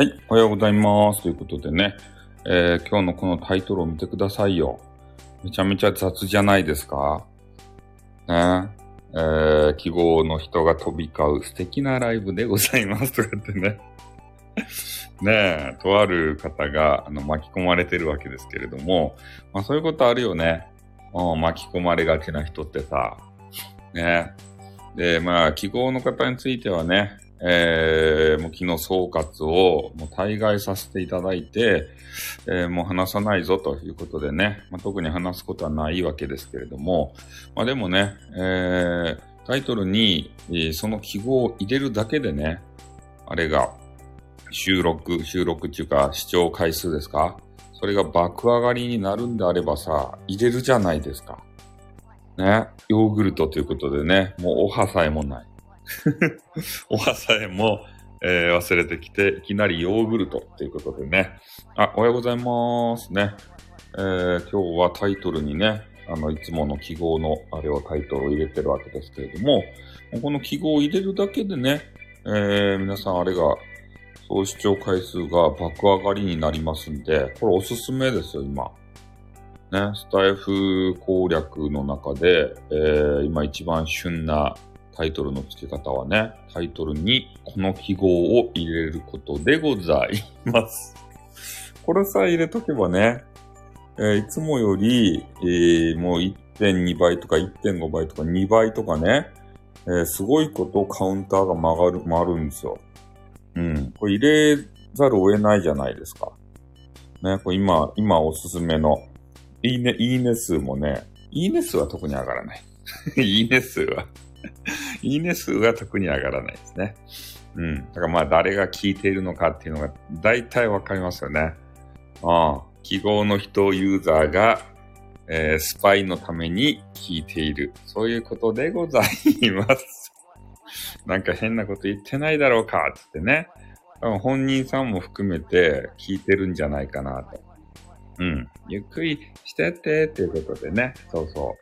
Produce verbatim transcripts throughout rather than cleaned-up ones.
はい、おはようございます。ということでね、えー、今日のこのタイトルを見てくださいよ。めちゃめちゃ雑じゃないですかね。えー、記号の人が飛び交う素敵なライブでございますとかってね。ねえ、とある方があの巻き込まれてるわけですけれども、まあそういうことあるよね。うん、巻き込まれがちな人ってさ。ね。で、まあ記号の方についてはね、えー、もう昨日総括をもう大概させていただいて、えー、もう話さないぞということでね、まあ、特に話すことはないわけですけれども、まあでもね、えー、タイトルに、えー、その記号を入れるだけでね、あれが収録、収録っていうか視聴回数ですか？それが爆上がりになるんであればさ、入れるじゃないですか。ね、ヨーグルトということでね、もうおはさえもない。おはさえも、えー、忘れてきて、いきなりヨーグルトということでね。あ、おはようございますね。えー、今日はタイトルにね、あの、いつもの記号のあれをタイトルを入れてるわけですけれども、この記号を入れるだけでね、えー、皆さんあれが、総視聴回数が爆上がりになりますんで、これおすすめですよ、今。ね、スタイフ攻略の中で、えー、今一番旬なタイトルの付け方はね、タイトルにこの記号を入れることでございます。これさえ入れとけばね、えー、いつもより、えー、もう いってんに 倍とか いってんご 倍とかにばいとかね、えー、すごいことカウンターが曲がる、回るんですよ。うん。これ入れざるを得ないじゃないですか。ね、これ今、今おすすめのいいね、いいね数もね、いいね数は特に上がらない。いいね数は、いいね数は特に上がらないですね。うん。だからまあ誰が聞いているのかっていうのが大体わかりますよね。ああ、記号の人ユーザーが、えー、スパイのために聞いている。そういうことでございます。なんか変なこと言ってないだろうかってってね。本人さんも含めて聞いてるんじゃないかなと。うん。ゆっくりしてってっていうことでね。そうそう。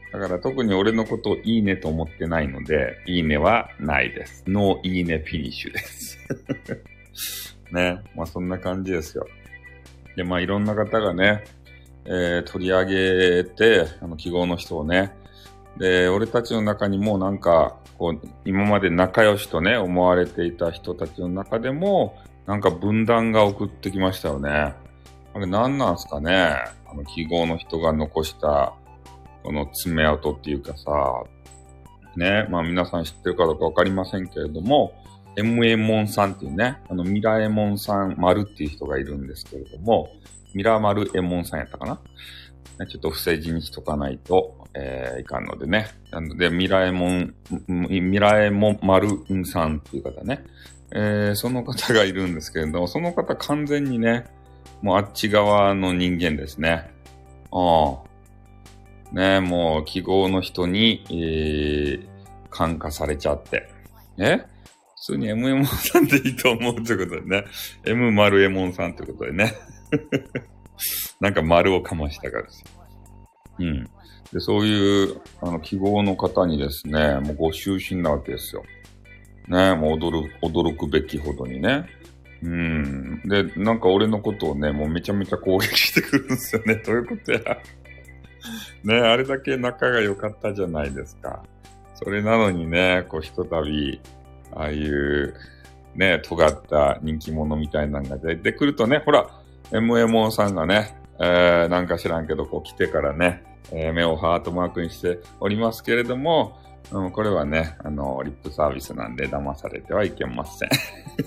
だから特に俺のことをいいねと思ってないので、いいねはないです。ノーいいねフィニッシュです。ね。まあそんな感じですよ。で、まあいろんな方がね、えー、取り上げて、あの記号の人をね。で、俺たちの中にもなんか、こう、今まで仲良しとね、思われていた人たちの中でも、なんか分断が送ってきましたよね。あれ何なんすかね、あの記号の人が残したこの爪痕っていうかさ、ね、まあ皆さん知ってるかどうかわかりませんけれども、エムエモンさんっていうね、あのミラエモンさん丸っていう人がいるんですけれども、ミラマルエモンさんやったかな、ちょっと不正字にしとかないと、えー、いかんのでね。なので、ミラエモン、ミラエモン丸さんっていう方ね、えー、その方がいるんですけれども、その方完全にね、もうあっち側の人間ですね。ああ。ね、もう記号の人に、えー、感化されちゃって。え普通に エムエモン さんでいいと思うということでね。M 丸エモンさんということでね。なんか丸をかましたからですよ。うん。で、そういう、あの、記号の方にですね、もうご就寝なわけですよ。ね、もう驚く、驚くべきほどにね。うん。で、なんか俺のことをね、もうめちゃめちゃ攻撃してくるんですよね。どういうことや。ね、あれだけ仲が良かったじゃないですか。それなのにね、こうひとたび、ああいう、ね、尖った人気者みたいなのが出てくるとね、ほら、エムエモン さんがね、えー、なんか知らんけど、こう来てからね、えー、目をハートマークにしておりますけれども、うん、これはね、あの、リップサービスなんで騙されてはいけません。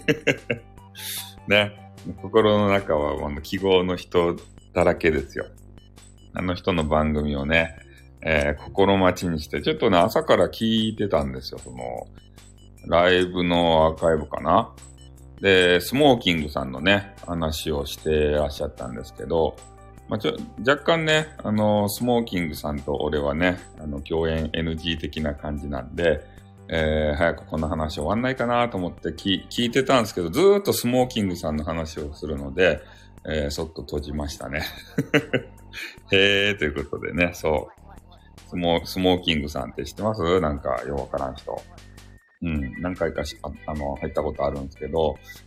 ね、心の中はあの記号の人だらけですよ。あの人の番組をね、えー、心待ちにして、ちょっとね、朝から聞いてたんですよ。その、ライブのアーカイブかな。で、スモーキングさんのね、話をしてらっしゃったんですけど、まあ、ちょ、若干ね、あの、スモーキングさんと俺はね、あの、共演 エヌジー 的な感じなんで、えー、早くこの話終わんないかなと思って聞聞いてたんですけど、ずーっとスモーキングさんの話をするので、えー、そっと閉じましたね。へーということでね、そう。スモー、スモーキングさんって知ってます？なんかよくわからん人。うん、何回かしああの入ったことあるんですけど、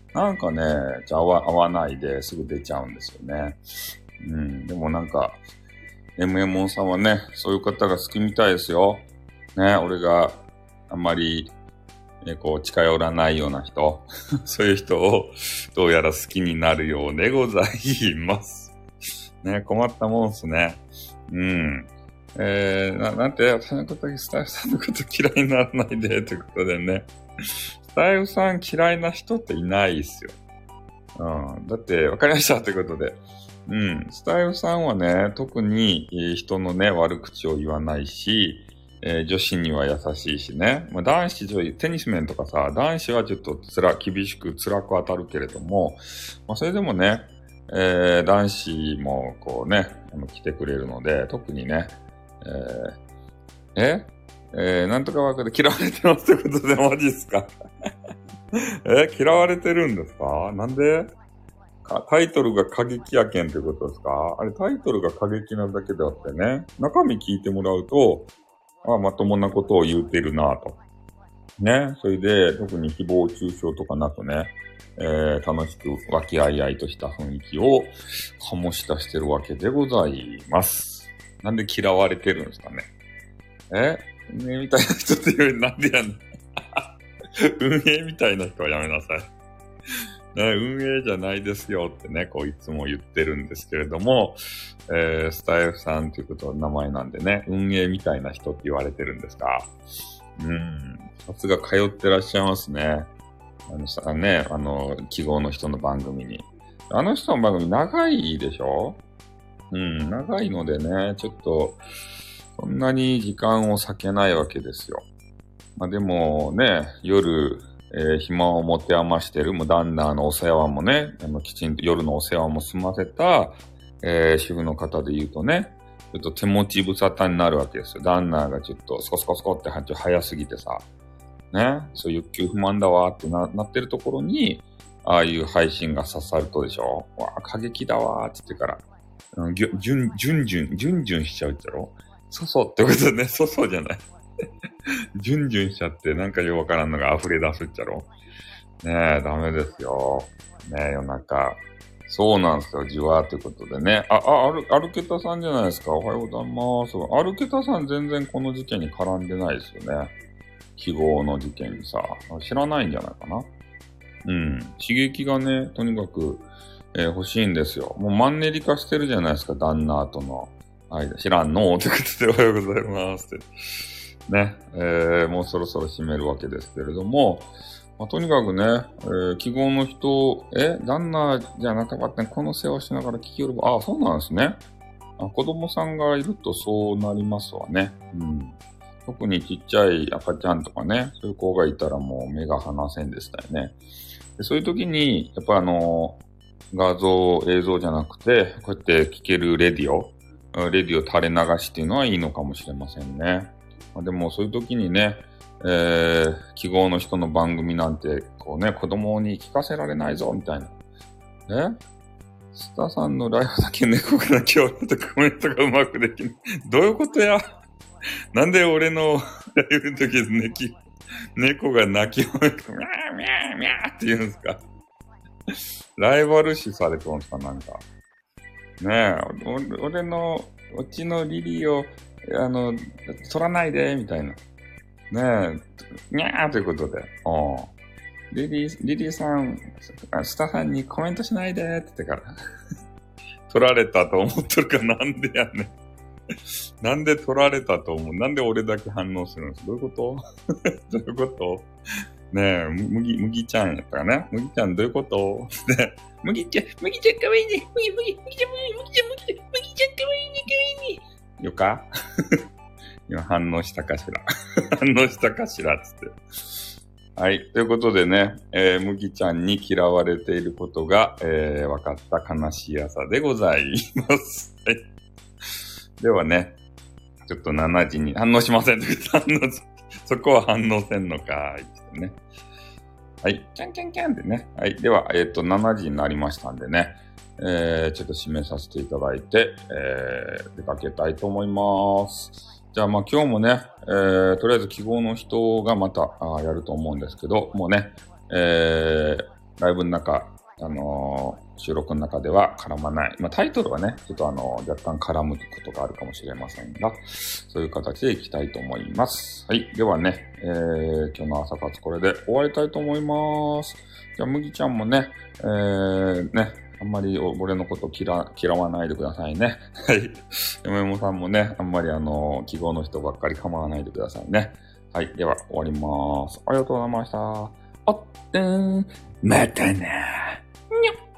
なんかね、じゃあ合わ合わないですぐ出ちゃうんですよね。うん。でもなんか、エムエム さんはね、そういう方が好きみたいですよ。ね、俺があんまり、ね、こう近寄らないような人、そういう人をどうやら好きになるようでございます。ね、困ったもんっすね。うん。えー、な、なんて、私のこと、スタイフさんのこと嫌いにならないで、ということでね。スタイフさん嫌いな人っていないっすよ。うん。だって、わかりましたということで。うん。スタイフさんはね、特にえー人のね、悪口を言わないし、えー女子には優しいしね。まあ、男子女子、テニス面とかさ、男子はちょっとつら、厳しく辛く当たるけれども、まあ、それでもね、えー男子もこうね、あの来てくれるので、特にね、えーええーなんとか枠で嫌われてますってことでマジっすか？え嫌われてるんですか？なんで？かタイトルが過激やけんってことですか？あれタイトルが過激なだけであってね、中身聞いてもらうと、あまともなことを言うてるなぁと。ね。それで、特に誹謗中傷とかなくね、えー、楽しく和気あいあいとした雰囲気を醸し出してるわけでございます。なんで嫌われてるんですかね？え運営みたいな人って言うなんでやねん。運営みたいな人はやめなさい。ね、運営じゃないですよってね、こういつも言ってるんですけれども、えー、スタイフさんということは名前なんでね、運営みたいな人って言われてるんですか？うん。さすが通ってらっしゃいますね。あのさ、ね、あの、記号の人の番組に。あの人の番組長いでしょ？うん、長いのでね、ちょっと、そんなに時間を割けないわけですよ。まあでもね、夜、えー暇を持て余してる、もう旦那のお世話もね、あの、きちんと夜のお世話も済ませた、えー主婦の方で言うとね、ちょっと手持ち無沙汰になるわけですよ。旦那がちょっとスコスコスコって早すぎてさ、ね、そういう急不満だわってななってるところに、ああいう配信が刺さるとでしょ？わあ、過激だわーって言ってから、うんぎゅ、じゅん、じゅんじゅん、じゅんじゅんしちゃうってやろ？そそってことね、そそじゃない。じゅんじゅんしちゃってなんかようわからんのが溢れ出すっちゃろ？ねえ、ダメですよ。ねえ、夜中。そうなんですよ、じわーということでね。あ、あ、アル、アルケタさんじゃないですか。おはようございます。アルケタさん全然この事件に絡んでないですよね。記号の事件にさ。知らないんじゃないかな。うん。刺激がね、とにかく、えー欲しいんですよ。もうマンネリ化してるじゃないですか、旦那との間。知らんのということでおはようございますって。ね、えーもうそろそろ締めるわけですけれども、まあ、とにかくね、えー記号の人、え、旦那じゃなかったね、この世話しながら聞きよるば、あ、そうなんですね。あ、子供さんがいるとそうなりますわね。うん。特にちっちゃい赤ちゃんとかね、そういう子がいたらもう目が離せんでしたよね。でそういう時に、やっぱあの、画像、映像じゃなくて、こうやって聞けるレディオ、うんレディオ垂れ流しっていうのはいいのかもしれませんね。まあでもそういう時にね、えー、記号の人の番組なんて、こうね、子供に聞かせられないぞ、みたいな。えスタさんのライブだけ猫が泣き笑ってコメントがうまくできる。どういうことや？なんで俺のライブの時に泣き、猫が泣き笑って、ミャーミャーミャーって言うんですか？ライバル視されてますかなんか。ねえ、お俺の、うちのリリーを、あの、取らないで、みたいな。ねえ、にゃーということで。おうリリー、リリーさん、スタさんにコメントしないで、って言ってから。取られたと思っとるかなんでやねん。なんで取られたと思う？なんで俺だけ反応するんです？どういうことどういうことねえ、むぎ、むぎちゃんやったかな？むぎちゃんどういうことねむぎちゃん、むぎちゃんかわいいね。むぎ、むぎ、むぎちゃん、むぎちゃん、むぎちゃん、むぎちゃんかわいいね、かわいいね。よか今反応したかしら反応したかしらつって。はい。ということでね、えー、むぎちゃんに嫌われていることが、えー、分かった悲しい朝でございます。はい。ではね、ちょっとしちじに反応しません。反応そこは反応せんのかいってね。はい。キャンキャンキャンってね。はい。では、えっと、しちじになりましたんでね。えー、ちょっと締めさせていただいて、えー、出かけたいと思います。じゃあ、まあ今日もね、えー、とりあえず記号の人がまたあやると思うんですけど、もうね、えー、 ライブの中、あのー収録の中では絡まない。まあ、タイトルはね、ちょっとあのー若干絡むことがあるかもしれませんが、そういう形でいきたいと思います。はい。ではね、えー、今日の朝活これで終わりたいと思います。じゃあ、麦ちゃんもね、えー、ね、あんまり俺のこと嫌、嫌わないでくださいね。はい。山山さんもね、あんまりあの、記号の人ばっかり構わないでくださいね。はい。では、終わります。ありがとうございました。あってーん。またな。にょっ。